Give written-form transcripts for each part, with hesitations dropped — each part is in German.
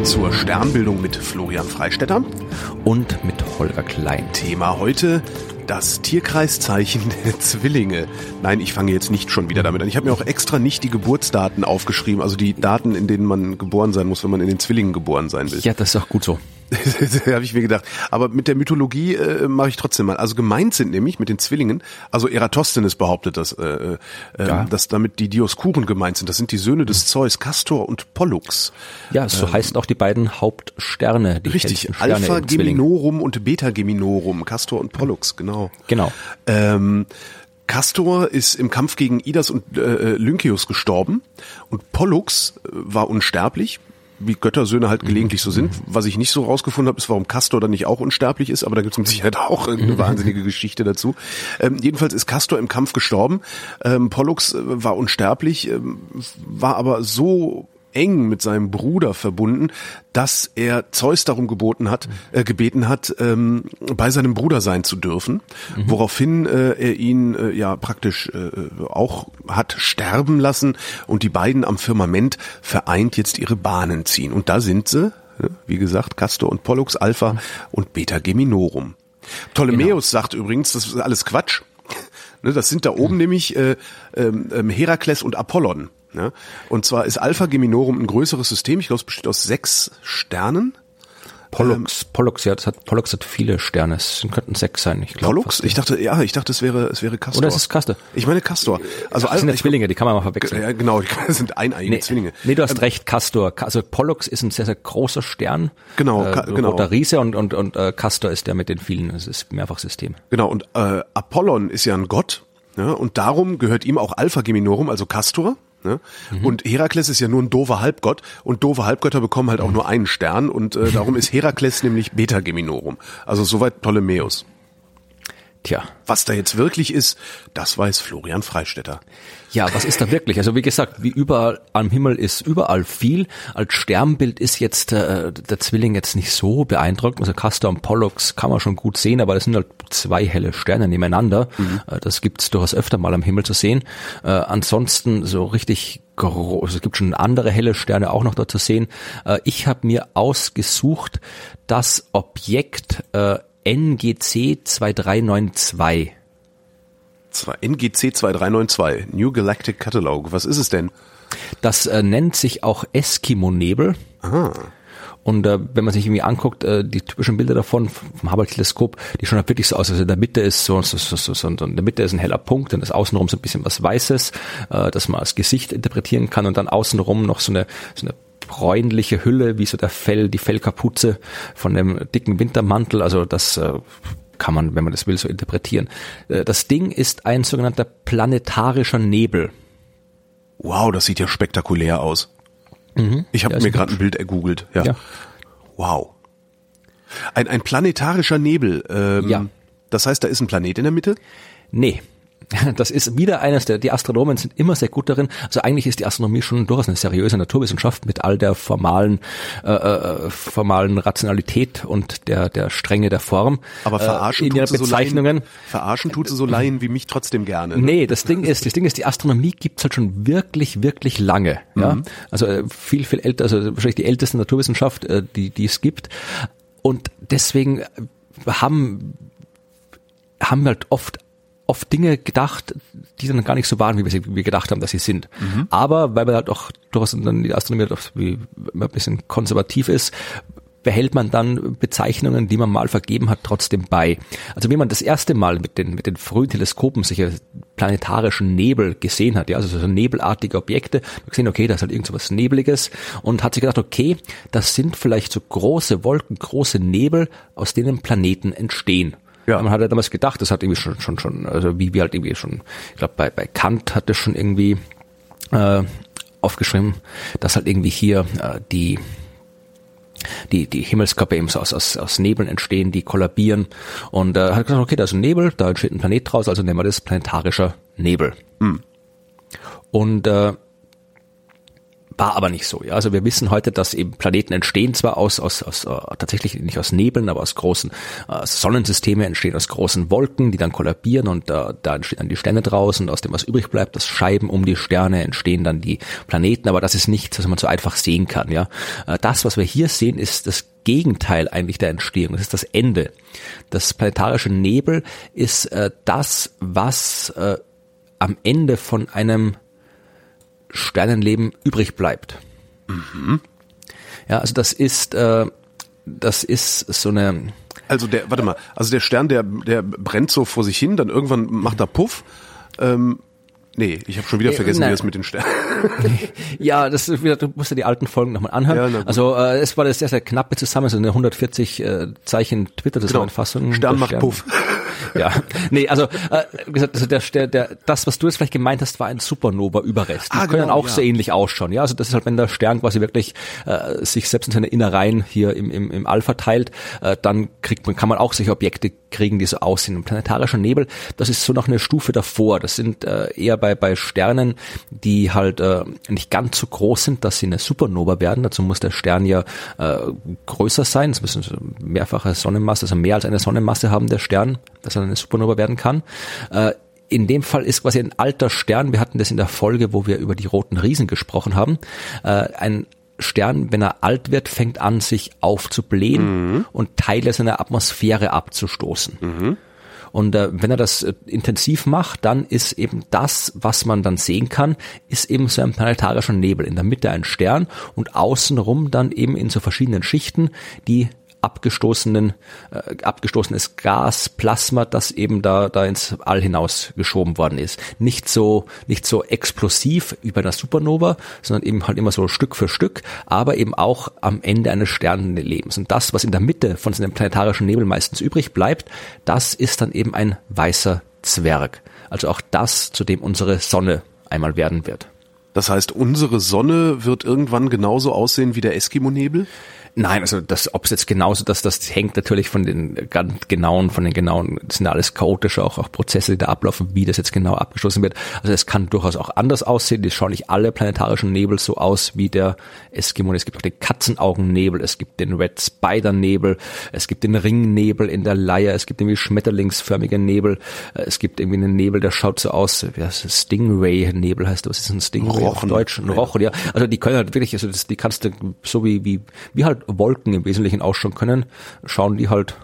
zur Sternbildung mit Florian Freistetter und mit Holger Klein. Thema heute: das Tierkreiszeichen der Zwillinge. Nein, ich fange jetzt nicht schon wieder damit an. Ich habe mir auch extra nicht die Geburtsdaten aufgeschrieben, also die Daten, in denen man geboren sein muss, wenn man in den Zwillingen geboren sein will. Ja, das ist auch gut so. Habe ich mir gedacht. Aber mit der Mythologie mache ich trotzdem mal. Also gemeint sind nämlich mit den Zwillingen, also Eratosthenes behauptet das, dass damit die Dioskuren gemeint sind. Das sind die Söhne des Zeus, Castor und Pollux. Ja, so heißen auch die beiden Hauptsterne. Die richtig, Alpha Geminorum und Beta Geminorum, Castor und Pollux, genau. Genau. Castor ist im Kampf gegen Idas und Lynceus gestorben und Pollux war unsterblich, wie Göttersöhne halt gelegentlich so sind. Was ich nicht so rausgefunden habe, ist, warum Castor dann nicht auch unsterblich ist, aber da gibt es mit Sicherheit auch eine wahnsinnige Geschichte dazu. Jedenfalls ist Castor im Kampf gestorben. Pollux war unsterblich, war aber so eng mit seinem Bruder verbunden, dass er Zeus darum gebeten hat, bei seinem Bruder sein zu dürfen, woraufhin er ihn praktisch auch hat sterben lassen und die beiden am Firmament vereint jetzt ihre Bahnen ziehen. Und da sind sie, wie gesagt, Castor und Pollux, Alpha und Beta Geminorum. Ptolemäus sagt übrigens, das ist alles Quatsch. Das sind da oben nämlich Herakles und Apollon. Ja, und zwar ist Alpha Geminorum ein größeres System. Ich glaube, es besteht aus 6 Sternen. Pollux hat viele Sterne. Es könnten 6 sein. Ich glaube. Pollux? Ich dachte, es wäre Castor. Oder ist es Castor? Ich meine Castor. Also das sind ja Zwillinge, die kann man mal verwechseln. Ja, genau, die sind eineiige Zwillinge. Nee, du hast recht, Castor. Also Pollux ist ein sehr, sehr großer Stern. Genau, genau. Roter Riese und Castor ist der mit den vielen. Das ist Mehrfachsystem. Genau, und Apollon ist ja ein Gott. Ja, und darum gehört ihm auch Alpha Geminorum, also Castor. Ne? Und Herakles ist ja nur ein doofer Halbgott und doofe Halbgötter bekommen halt auch nur einen Stern und darum ist Herakles nämlich Beta Geminorum. Also soweit Ptolemäus. Tja. Was da jetzt wirklich ist, das weiß Florian Freistetter. Ja, was ist da wirklich? Also wie gesagt, wie überall am Himmel ist überall viel. Als Sternbild ist jetzt der Zwilling jetzt nicht so beeindruckend. Also Castor und Pollux kann man schon gut sehen, aber das sind halt 2 helle Sterne nebeneinander. Das gibt's durchaus öfter mal am Himmel zu sehen. Ansonsten so richtig groß, also es gibt schon andere helle Sterne auch noch da zu sehen. Ich habe mir ausgesucht das Objekt NGC 2392. NGC 2392, New Galactic Catalogue. Was ist es denn? Das nennt sich auch Eskimo-Nebel. Aha. Und wenn man sich irgendwie anguckt, die typischen Bilder davon vom Hubble-Teleskop, die schauen halt wirklich so aus. Also in der Mitte ist so in der Mitte ist ein heller Punkt, dann ist außenrum so ein bisschen was Weißes, das man als Gesicht interpretieren kann und dann außenrum noch so eine bräunliche Hülle, wie so die Fellkapuze von dem dicken Wintermantel. Also das kann man, wenn man das will, so interpretieren. Das Ding ist ein sogenannter planetarischer Nebel. Wow, das sieht ja spektakulär aus. Ich habe mir gerade ein Bild ergoogelt. Ja. Wow. Ein planetarischer Nebel. Ja. Das heißt, da ist ein Planet in der Mitte? Nee. Das ist wieder die Astronomen sind immer sehr gut darin. Also eigentlich ist die Astronomie schon durchaus eine seriöse Naturwissenschaft mit all der formalen Rationalität und der Strenge der Form. Aber verarschen in ihren Bezeichnungen. Verarschen tut sie so Laien wie mich trotzdem gerne. Ne? Nee, das Ding ist, die Astronomie gibt's halt schon wirklich, wirklich lange. Ja, also viel älter, also wahrscheinlich die älteste Naturwissenschaft, die es gibt. Und deswegen haben wir halt oft Dinge gedacht, die dann gar nicht so waren, wie wir gedacht haben, dass sie sind. Aber weil wir halt auch durchaus dann die Astronomie wie ein bisschen konservativ ist, behält man dann Bezeichnungen, die man mal vergeben hat, trotzdem bei. Also wie man das erste Mal mit den frühen Teleskopen sicher planetarischen Nebel gesehen hat, ja, also so nebelartige Objekte, man gesehen, okay, das ist halt irgend so was Nebliges und hat sich gedacht, okay, das sind vielleicht so große Wolken, große Nebel, aus denen Planeten entstehen. Ja. Man hat ja damals gedacht, das hat irgendwie schon, also wie halt irgendwie schon, ich glaube bei Kant hat das schon irgendwie aufgeschrieben, dass halt irgendwie hier die Himmelskörper eben so aus Nebeln entstehen, die kollabieren und hat gesagt, okay, da ist ein Nebel, da entsteht ein Planet draus, also nennen wir das planetarischer Nebel. Und War aber nicht so. Ja, also wir wissen heute, dass eben Planeten entstehen zwar aus tatsächlich nicht aus Nebeln, aber aus großen Sonnensysteme entstehen aus großen Wolken, die dann kollabieren und da entstehen dann die Sterne draus und aus dem was übrig bleibt, das Scheiben um die Sterne, entstehen dann die Planeten. Aber das ist nichts, was man so einfach sehen kann. Ja, das, was wir hier sehen, ist das Gegenteil eigentlich der Entstehung. Das ist das Ende. Das planetarische Nebel ist das, was am Ende von einem Sternenleben übrig bleibt. Mhm. Ja, also das ist so eine. Also der Stern, der brennt so vor sich hin, dann irgendwann macht er Puff. Nee, ich habe schon wieder vergessen, wie das mit den Sternen. Ja, das ist wieder, du musst dir die alten Folgen nochmal anhören. Ja, also es war eine sehr, sehr knappe Zusammenfassung, eine 140 Zeichen Twitter-Zusammenfassung. Stern macht Puff. Ja, nee, also wie gesagt, also das, was du jetzt vielleicht gemeint hast, war ein Supernova-Überrest. Die können auch so ähnlich ausschauen. Ja, also das ist halt, wenn der Stern quasi wirklich sich selbst in seine Innereien hier im All verteilt, dann kann man auch solche Objekte kriegen, die so aussehen. Ein planetarischer Nebel, das ist so noch eine Stufe davor. Das sind eher bei Sternen, die halt nicht ganz so groß sind, dass sie eine Supernova werden. Dazu muss der Stern ja größer sein. Es müssen mehrfache Sonnenmasse, also mehr als eine Sonnenmasse haben der Stern, dass er eine Supernova werden kann. In dem Fall ist quasi ein alter Stern, wir hatten das in der Folge, wo wir über die roten Riesen gesprochen haben, ein Stern, wenn er alt wird, fängt an, sich aufzublähen und Teile seiner Atmosphäre abzustoßen. Mhm. Und wenn er das intensiv macht, dann ist eben das, was man dann sehen kann, ist eben so ein planetarischer Nebel. In der Mitte ein Stern und außenrum dann eben in so verschiedenen Schichten die abgestoßenes Gas, Plasma, das eben da ins All hinaus geschoben worden ist. Nicht so explosiv wie bei einer Supernova, sondern eben halt immer so Stück für Stück, aber eben auch am Ende eines Sternenlebens. Und das, was in der Mitte von seinem planetarischen Nebel meistens übrig bleibt, das ist dann eben ein weißer Zwerg. Also auch das, zu dem unsere Sonne einmal werden wird. Das heißt, unsere Sonne wird irgendwann genauso aussehen wie der Eskimo-Nebel? Nein, also ob es jetzt genauso, das hängt natürlich von den genauen, das sind ja alles chaotische auch Prozesse, die da ablaufen, wie das jetzt genau abgeschlossen wird. Also es kann durchaus auch anders aussehen. Die schauen nicht alle planetarischen Nebel so aus wie der Eskimo. Es gibt auch den Katzenaugennebel, es gibt den Red Spider Nebel, es gibt den Ringnebel in der Leier, es gibt irgendwie schmetterlingsförmige Nebel, es gibt irgendwie einen Nebel, der schaut so aus, wie heißt das? Stingray Nebel heißt das, was ist ein Stingray auf Deutsch? Ein Rochen, ja. Also die können halt wirklich, also die kannst du so wie halt Wolken im Wesentlichen ausschauen können, schauen die halt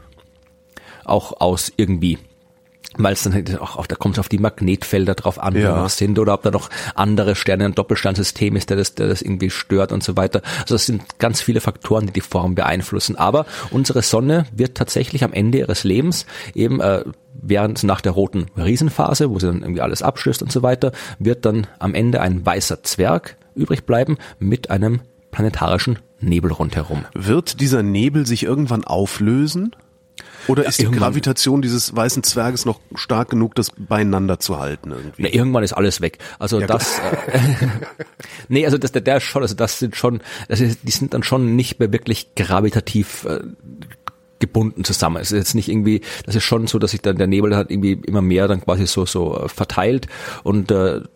auch aus irgendwie. Weil es dann halt auch da kommt es auf die Magnetfelder drauf an, die noch sind, oder ob da noch andere Sterne, ein Doppelsternsystem ist, der das irgendwie stört und so weiter. Also das sind ganz viele Faktoren, die Form beeinflussen. Aber unsere Sonne wird tatsächlich am Ende ihres Lebens eben während nach der roten Riesenphase, wo sie dann irgendwie alles abstößt und so weiter, wird dann am Ende ein weißer Zwerg übrig bleiben mit einem planetarischen Nebel rundherum. Wird dieser Nebel sich irgendwann auflösen? Oder ist die Gravitation dieses weißen Zwerges noch stark genug, das beieinander zu halten irgendwie? Irgendwann ist alles weg. Also ja, das, nee, also der schon, also das sind schon, die sind dann schon nicht mehr wirklich gravitativ gebunden zusammen. Es ist jetzt nicht irgendwie, das ist schon so, dass sich dann der Nebel halt irgendwie immer mehr dann quasi so verteilt und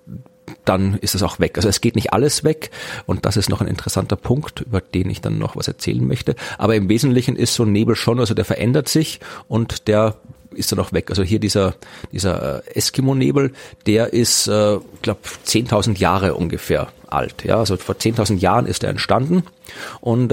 dann ist es auch weg. Also es geht nicht alles weg und das ist noch ein interessanter Punkt, über den ich dann noch was erzählen möchte. Aber im Wesentlichen ist so ein Nebel schon, also der verändert sich und der ist dann auch weg. Also hier dieser Eskimo-Nebel, der ist, ich glaube, 10.000 Jahre ungefähr alt. Ja, also vor 10.000 Jahren ist er entstanden und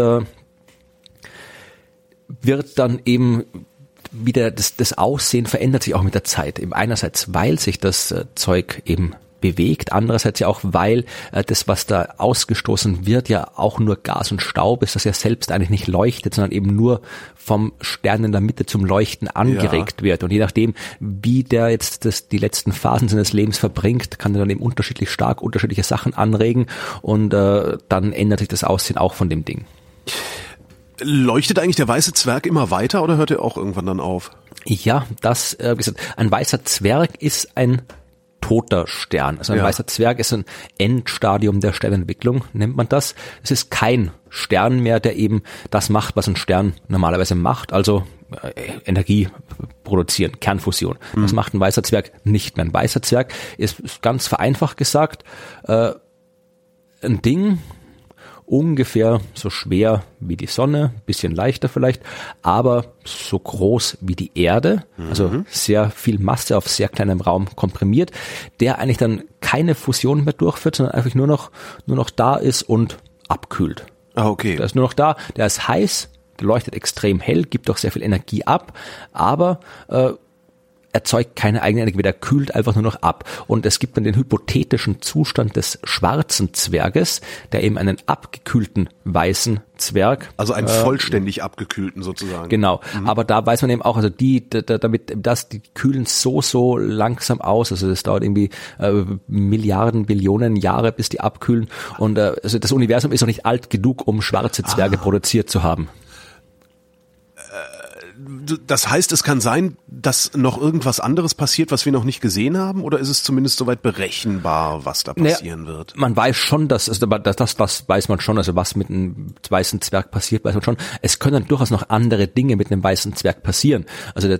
wird dann eben wieder, das Aussehen verändert sich auch mit der Zeit. Eben einerseits, weil sich das Zeug eben bewegt, andererseits ja auch, weil das, was da ausgestoßen wird, ja auch nur Gas und Staub ist, das ja selbst eigentlich nicht leuchtet, sondern eben nur vom Stern in der Mitte zum Leuchten angeregt wird. Und je nachdem, wie der jetzt die letzten Phasen seines Lebens verbringt, kann er dann eben unterschiedlich stark unterschiedliche Sachen anregen und dann ändert sich das Aussehen auch von dem Ding. Leuchtet eigentlich der weiße Zwerg immer weiter oder hört er auch irgendwann dann auf? Ja, wie gesagt, ein weißer Zwerg ist ein toter Stern. Also ein weißer Zwerg ist ein Endstadium der Sternentwicklung, nennt man das. Es ist kein Stern mehr, der eben das macht, was ein Stern normalerweise macht, also Energie produzieren, Kernfusion. Das macht ein weißer Zwerg nicht mehr. Ein weißer Zwerg ist ganz vereinfacht gesagt ein Ding, ungefähr so schwer wie die Sonne, bisschen leichter vielleicht, aber so groß wie die Erde, also sehr viel Masse auf sehr kleinem Raum komprimiert, der eigentlich dann keine Fusion mehr durchführt, sondern einfach nur noch da ist und abkühlt. Ah, okay. Der ist nur noch da, der ist heiß, der leuchtet extrem hell, gibt auch sehr viel Energie ab, aber erzeugt keine eigene Energie, der kühlt einfach nur noch ab. Und es gibt dann den hypothetischen Zustand des schwarzen Zwerges, der eben einen abgekühlten weißen Zwerg. Also einen vollständig abgekühlten sozusagen. Genau. Aber da weiß man eben auch, also die kühlen so langsam aus. Also das dauert irgendwie Milliarden, Billionen Jahre, bis die abkühlen. Und also das Universum ist noch nicht alt genug, um schwarze Zwerge produziert zu haben. Das heißt, es kann sein, dass noch irgendwas anderes passiert, was wir noch nicht gesehen haben, oder ist es zumindest soweit berechenbar, was da passieren wird? Man weiß schon, das weiß man schon, also was mit einem weißen Zwerg passiert, weiß man schon. Es können durchaus noch andere Dinge mit einem weißen Zwerg passieren. Also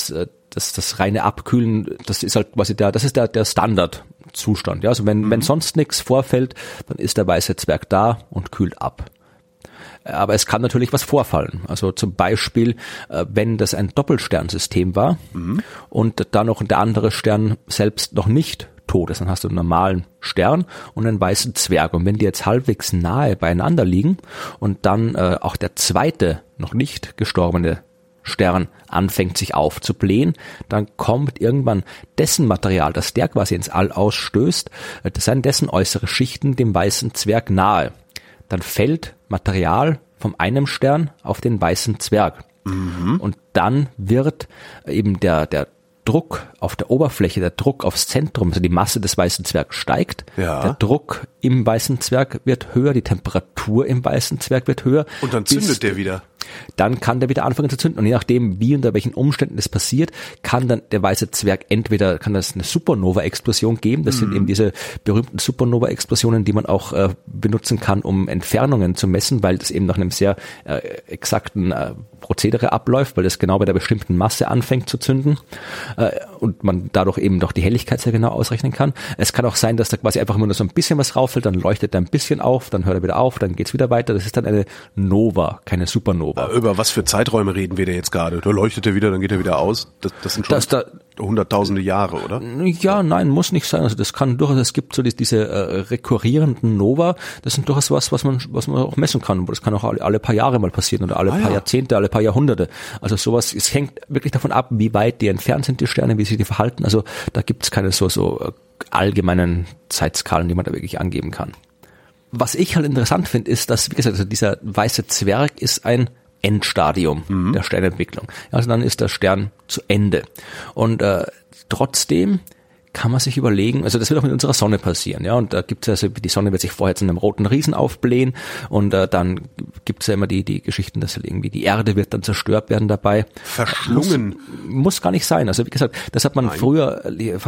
das reine Abkühlen, das ist halt quasi der Standardzustand. Ja, also wenn sonst nichts vorfällt, dann ist der weiße Zwerg da und kühlt ab. Aber es kann natürlich was vorfallen. Also zum Beispiel, wenn das ein Doppelsternsystem war und da noch der andere Stern selbst noch nicht tot ist, dann hast du einen normalen Stern und einen weißen Zwerg. Und wenn die jetzt halbwegs nahe beieinander liegen und dann auch der zweite noch nicht gestorbene Stern anfängt sich aufzublähen, dann kommt irgendwann dessen Material, das der quasi ins All ausstößt, das sind dessen äußere Schichten dem weißen Zwerg nahe. Dann fällt Material vom einem Stern auf den weißen Zwerg. Und dann wird eben der Druck auf der Oberfläche, der Druck aufs Zentrum, also die Masse des weißen Zwergs steigt, der Druck im weißen Zwerg wird höher, die Temperatur im weißen Zwerg wird höher. Und dann zündet der wieder. Dann kann der wieder anfangen zu zünden. Und je nachdem, wie unter welchen Umständen das passiert, kann dann der weiße Zwerg kann das eine Supernova-Explosion geben. Das sind eben diese berühmten Supernova-Explosionen, die man auch benutzen kann, um Entfernungen zu messen, weil das eben nach einem sehr exakten Prozedere abläuft, weil das genau bei der bestimmten Masse anfängt zu zünden und man dadurch eben doch die Helligkeit sehr genau ausrechnen kann. Es kann auch sein, dass da quasi einfach nur so ein bisschen was rauffällt, dann leuchtet er ein bisschen auf, dann hört er wieder auf, dann geht's wieder weiter. Das ist dann eine Nova, keine Supernova. Über was für Zeiträume reden wir denn jetzt gerade? Da leuchtet er wieder, dann geht er wieder aus. Das sind schon hunderttausende Jahre, oder? Ja, nein, muss nicht sein. Also das kann durchaus, es gibt so diese rekurrierenden Nova, das sind durchaus was man auch messen kann. Das kann auch alle paar Jahre mal passieren oder alle paar Jahrzehnte, alle paar Jahrhunderte. Also sowas, es hängt wirklich davon ab, wie weit die entfernt sind, die Sterne, wie sich die verhalten. Also da gibt's keine so allgemeinen Zeitskalen, die man da wirklich angeben kann. Was ich halt interessant finde, ist, dass, wie gesagt, also dieser weiße Zwerg ist ein Endstadium der Sternentwicklung. Also dann ist der Stern zu Ende. Und trotzdem kann man sich überlegen, also das wird auch mit unserer Sonne passieren, ja, und da gibt's also, die Sonne wird sich vorher zu einem roten Riesen aufblähen und dann gibt's ja immer die Geschichten, dass irgendwie die Erde wird dann zerstört werden dabei. Verschlungen. Muss gar nicht sein. Also wie gesagt, das hat man früher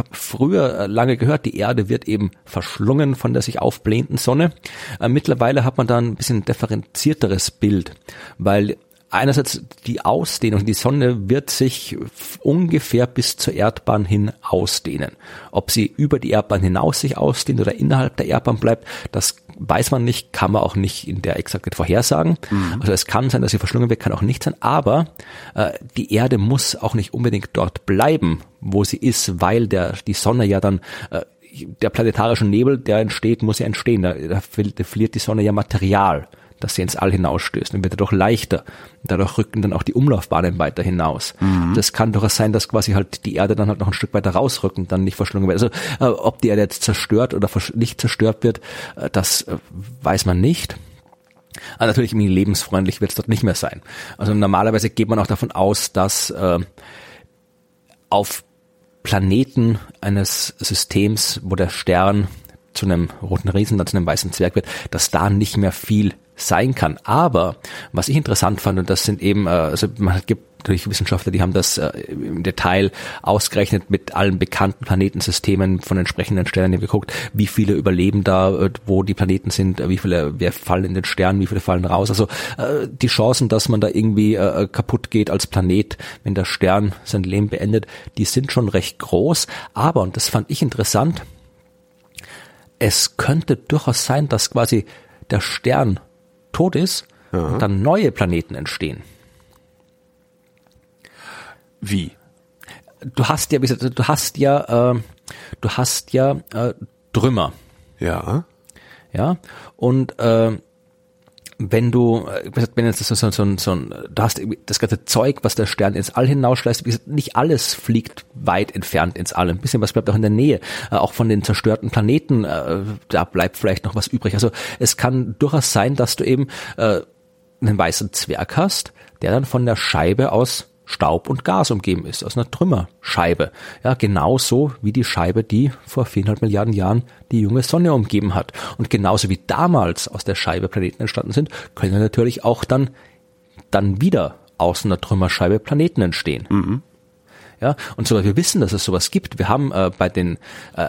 lange gehört, die Erde wird eben verschlungen von der sich aufblähenden Sonne. Mittlerweile hat man da ein bisschen differenzierteres Bild, weil einerseits die Ausdehnung, die Sonne wird sich ungefähr bis zur Erdbahn hin ausdehnen. Ob sie über die Erdbahn hinaus sich ausdehnt oder innerhalb der Erdbahn bleibt, das weiß man nicht, kann man auch nicht in der Exaktheit vorhersagen. Also es kann sein, dass sie verschlungen wird, kann auch nicht sein, aber die Erde muss auch nicht unbedingt dort bleiben, wo sie ist, weil die Sonne ja dann der planetarische Nebel, der entsteht, muss ja entstehen. Da verliert die Sonne ja Material, dass sie ins All hinausstößt. Dann wird er doch leichter. Dadurch rücken dann auch die Umlaufbahnen weiter hinaus. Das kann durchaus sein, dass quasi halt die Erde dann halt noch ein Stück weiter rausrücken, dann nicht verschlungen wird. Also ob die Erde jetzt zerstört oder nicht zerstört wird, das weiß man nicht. Aber natürlich lebensfreundlich wird es dort nicht mehr sein. Also normalerweise geht man auch davon aus, dass auf Planeten eines Systems, wo der Stern zu einem roten Riesen, dann zu einem weißen Zwerg wird, dass da nicht mehr viel sein kann. Aber was ich interessant fand, und das sind eben, also man gibt natürlich Wissenschaftler, die haben das im Detail ausgerechnet mit allen bekannten Planetensystemen von entsprechenden Sternen, die haben geguckt, wie viele überleben da, wo die Planeten sind, wer fallen in den Stern, wie viele fallen raus. Also die Chancen, dass man da irgendwie kaputt geht als Planet, wenn der Stern sein Leben beendet, die sind schon recht groß. Aber, und das fand ich interessant, es könnte durchaus sein, dass quasi der Stern tot ist und dann neue Planeten entstehen. Wie? Du hast ja, wie gesagt, du hast ja Trümmer. Ja. Ja. Und wenn du jetzt du hast das ganze Zeug, was der Stern ins All hinausschleißt, wie gesagt, nicht alles fliegt weit entfernt ins All. Ein bisschen was bleibt auch in der Nähe. Auch von den zerstörten Planeten, da bleibt vielleicht noch was übrig. Also es kann durchaus sein, dass du eben einen weißen Zwerg hast, der dann von der Scheibe aus Staub und Gas umgeben ist, aus einer Trümmerscheibe. Ja, genauso wie die Scheibe, die vor 4,5 Milliarden Jahren die junge Sonne umgeben hat. Und genauso wie damals aus der Scheibe Planeten entstanden sind, können natürlich auch dann wieder aus einer Trümmerscheibe Planeten entstehen. Mhm. Ja, und sogar wir wissen, dass es sowas gibt. Wir haben ein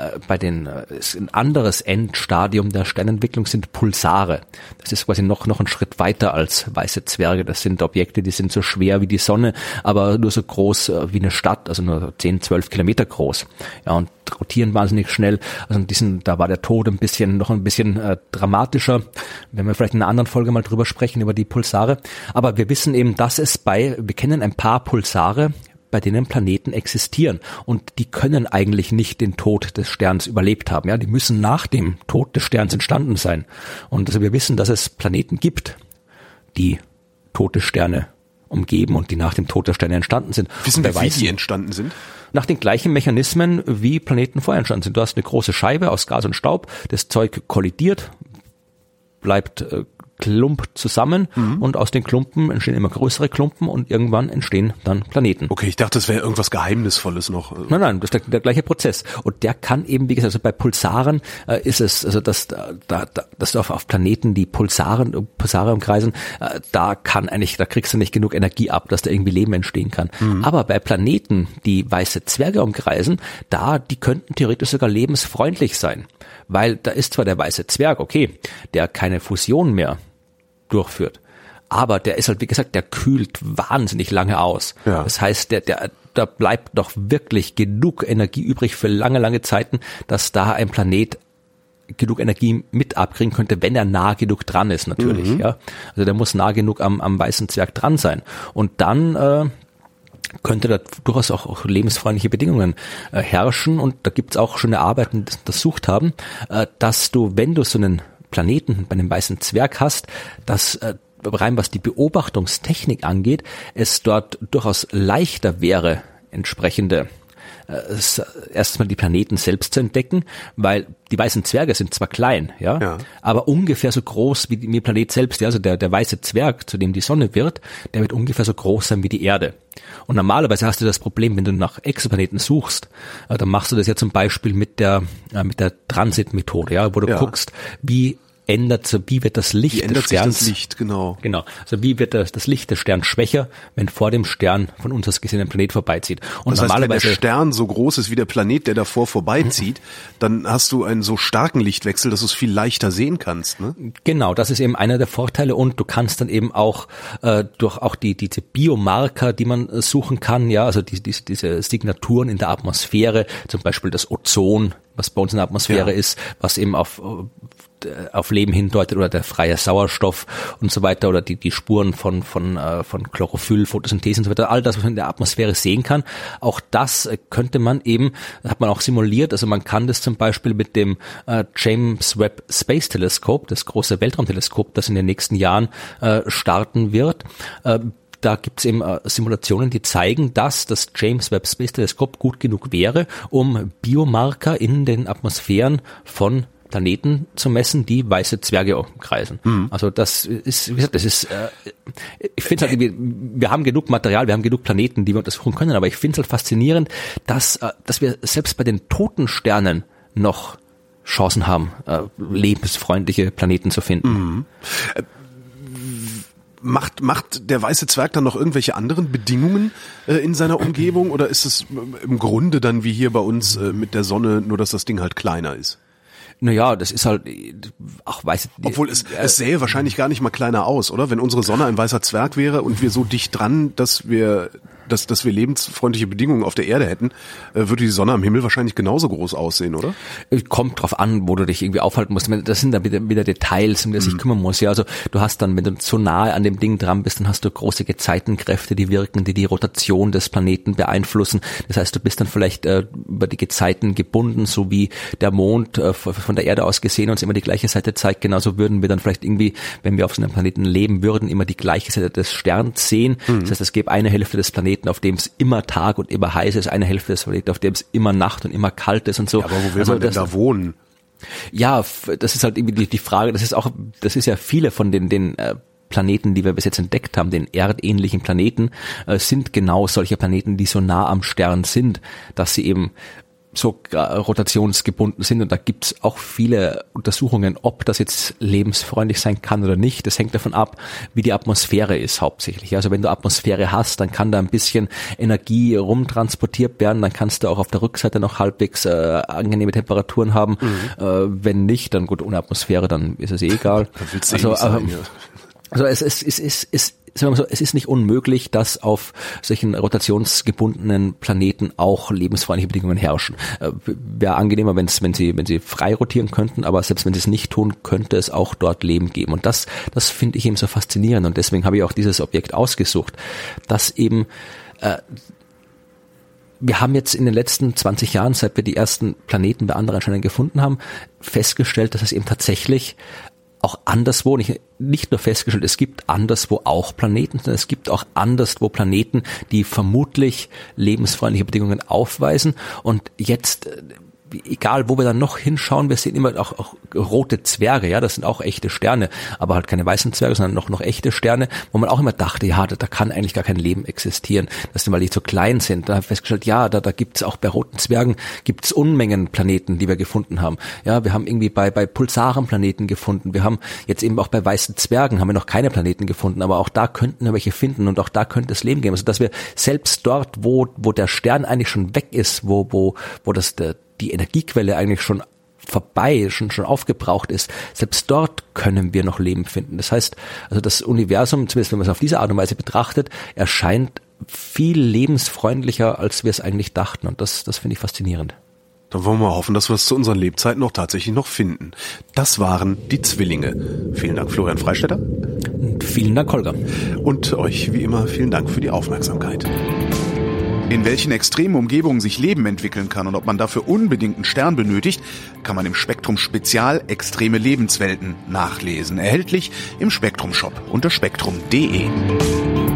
anderes Endstadium der Sternentwicklung sind Pulsare. Das ist quasi noch ein Schritt weiter als weiße Zwerge. Das sind Objekte, die sind so schwer wie die Sonne, aber nur so groß wie eine Stadt, also nur 10, 12 Kilometer groß. Ja, und rotieren wahnsinnig schnell. Also da war der Tod noch ein bisschen dramatischer. Wenn wir vielleicht in einer anderen Folge mal drüber sprechen, über die Pulsare. Aber wir wissen eben, dass wir kennen ein paar Pulsare, bei denen Planeten existieren. Und die können eigentlich nicht den Tod des Sterns überlebt haben. Ja, die müssen nach dem Tod des Sterns entstanden sein. Und also wir wissen, dass es Planeten gibt, die tote Sterne umgeben und die nach dem Tod der Sterne entstanden sind. Wissen wir, wie die entstanden sind? Nach den gleichen Mechanismen, wie Planeten vorher entstanden sind. Du hast eine große Scheibe aus Gas und Staub, das Zeug kollidiert, bleibt Klump zusammen und aus den Klumpen entstehen immer größere Klumpen und irgendwann entstehen dann Planeten. Okay, ich dachte, das wäre irgendwas Geheimnisvolles noch. Nein, das ist der gleiche Prozess. Und der kann eben, wie gesagt, also bei Pulsaren ist es, also dass du auf Planeten, die Pulsare umkreisen, da kriegst du nicht genug Energie ab, dass da irgendwie Leben entstehen kann. Aber bei Planeten, die weiße Zwerge umkreisen, die könnten theoretisch sogar lebensfreundlich sein. Weil da ist zwar der weiße Zwerg, okay, der keine Fusion mehr durchführt. Aber der ist halt, wie gesagt, der kühlt wahnsinnig lange aus. Ja. Das heißt, da bleibt doch wirklich genug Energie übrig für lange, lange Zeiten, dass da ein Planet genug Energie mit abkriegen könnte, wenn er nah genug dran ist, natürlich. Ja. Also der muss nah genug am weißen Zwerg dran sein. Und dann könnte da durchaus auch lebensfreundliche Bedingungen herrschen. Und da gibt's auch schöne Arbeiten, die das untersucht haben, dass du, wenn du so einen Planeten bei einem weißen Zwerg hast, dass rein was die Beobachtungstechnik angeht, es dort durchaus leichter wäre, entsprechende erstmal die Planeten selbst zu entdecken, weil die weißen Zwerge sind zwar klein, ja. Aber ungefähr so groß wie der Planet selbst. Ja, also der weiße Zwerg, zu dem die Sonne wird, der wird ungefähr so groß sein wie die Erde. Und normalerweise hast du das Problem, wenn du nach Exoplaneten suchst, dann machst du das ja zum Beispiel mit der Transit-Methode, ja, wo du guckst, wie wird das Licht des Sterns, das Licht, genau. Genau. Also wie wird das Licht des Sterns schwächer, wenn vor dem Stern von uns aus gesehen ein Planet vorbeizieht. Und das heißt, normalerweise, wenn der Stern so groß ist wie der Planet, der davor vorbeizieht, dann hast du einen so starken Lichtwechsel, dass du es viel leichter sehen kannst, ne? Genau, das ist eben einer der Vorteile und du kannst dann eben auch durch auch diese Biomarker, die man suchen kann, ja, also diese Signaturen in der Atmosphäre, zum Beispiel das Ozon, was bei uns in der Atmosphäre ist, was eben auf Leben hindeutet, oder der freie Sauerstoff und so weiter, oder die Spuren von Chlorophyll, Photosynthese und so weiter, all das, was man in der Atmosphäre sehen kann, auch das könnte man eben, hat man auch simuliert, also man kann das zum Beispiel mit dem James Webb Space Telescope, das große Weltraumteleskop, das in den nächsten Jahren starten wird, da gibt es eben Simulationen, die zeigen, dass das James Webb Space Telescope gut genug wäre, um Biomarker in den Atmosphären von Planeten zu messen, die weiße Zwerge umkreisen. Also das ist, wie gesagt, ich finde halt, wir haben genug Material, wir haben genug Planeten, die wir untersuchen können, aber ich finde es halt faszinierend, dass wir selbst bei den toten Sternen noch Chancen haben, lebensfreundliche Planeten zu finden. Macht der weiße Zwerg dann noch irgendwelche anderen Bedingungen in seiner Umgebung, oder ist es im Grunde dann wie hier bei uns mit der Sonne, nur dass das Ding halt kleiner ist? Naja, das ist halt, obwohl es sähe wahrscheinlich gar nicht mal kleiner aus, oder? Wenn unsere Sonne ein weißer Zwerg wäre und wir so dicht dran, dass wir dass wir lebensfreundliche Bedingungen auf der Erde hätten, würde die Sonne am Himmel wahrscheinlich genauso groß aussehen, oder? Kommt drauf an, wo du dich irgendwie aufhalten musst. Das sind dann wieder Details, um die sich kümmern muss. Ja, also du hast dann, wenn du so nahe an dem Ding dran bist, dann hast du große Gezeitenkräfte, die wirken, die Rotation des Planeten beeinflussen. Das heißt, du bist dann vielleicht über die Gezeiten gebunden, so wie der Mond von der Erde aus gesehen uns immer die gleiche Seite zeigt. Genauso würden wir dann vielleicht irgendwie, wenn wir auf so einem Planeten leben würden, immer die gleiche Seite des Sterns sehen. Das heißt, es gäbe eine Hälfte des Planeten, auf dem es immer Tag und immer heiß ist, eine Hälfte des Planeten, auf dem es immer Nacht und immer kalt ist und so. Ja, aber wo will man denn da wohnen? Ja, das ist halt irgendwie die Frage, das ist ja viele von den Planeten, die wir bis jetzt entdeckt haben, den erdähnlichen Planeten, sind genau solche Planeten, die so nah am Stern sind, dass sie eben so rotationsgebunden sind, und da gibt's auch viele Untersuchungen, ob das jetzt lebensfreundlich sein kann oder nicht. Das hängt davon ab, wie die Atmosphäre ist hauptsächlich. Also wenn du Atmosphäre hast, dann kann da ein bisschen Energie rumtransportiert werden, dann kannst du auch auf der Rückseite noch halbwegs angenehme Temperaturen haben. Wenn nicht, dann gut, ohne Atmosphäre, dann ist es egal. Also es ist sagen wir mal so, es ist nicht unmöglich, dass auf solchen rotationsgebundenen Planeten auch lebensfreundliche Bedingungen herrschen. Wäre angenehmer, wenn sie frei rotieren könnten, aber selbst wenn sie es nicht tun, könnte es auch dort Leben geben. Und das finde ich eben so faszinierend, und deswegen habe ich auch dieses Objekt ausgesucht, dass eben wir haben jetzt in den letzten 20 Jahren, seit wir die ersten Planeten bei anderen anscheinend gefunden haben, festgestellt, dass es eben tatsächlich auch anderswo, nicht nur festgestellt, es gibt anderswo auch Planeten, sondern es gibt auch anderswo Planeten, die vermutlich lebensfreundliche Bedingungen aufweisen. Und jetzt, egal wo wir dann noch hinschauen, wir sehen immer auch rote Zwerge, ja, das sind auch echte Sterne, aber halt keine weißen Zwerge, sondern noch echte Sterne, wo man auch immer dachte, ja, da kann eigentlich gar kein Leben existieren, weil die so klein sind. Da habe ich festgestellt, ja, da gibt's auch bei roten Zwergen gibt's Unmengen Planeten, die wir gefunden haben. Ja, wir haben irgendwie bei Pulsaren Planeten gefunden. Wir haben jetzt eben auch bei weißen Zwergen haben wir noch keine Planeten gefunden, aber auch da könnten wir welche finden, und auch da könnte es Leben geben. Also dass wir selbst dort, wo der Stern eigentlich schon weg ist, wo die Energiequelle eigentlich schon vorbei, schon aufgebraucht ist, selbst dort können wir noch Leben finden. Das heißt, also das Universum, zumindest wenn man es auf diese Art und Weise betrachtet, erscheint viel lebensfreundlicher, als wir es eigentlich dachten, und das finde ich faszinierend. Dann wollen wir mal hoffen, dass wir es zu unseren Lebzeiten noch tatsächlich noch finden. Das waren die Zwillinge. Vielen Dank, Florian Freistetter. Und vielen Dank, Holger. Und euch, wie immer, vielen Dank für die Aufmerksamkeit. In welchen extremen Umgebungen sich Leben entwickeln kann und ob man dafür unbedingt einen Stern benötigt, kann man im Spektrum Spezial Extreme Lebenswelten nachlesen. Erhältlich im Spektrum Shop unter spektrum.de.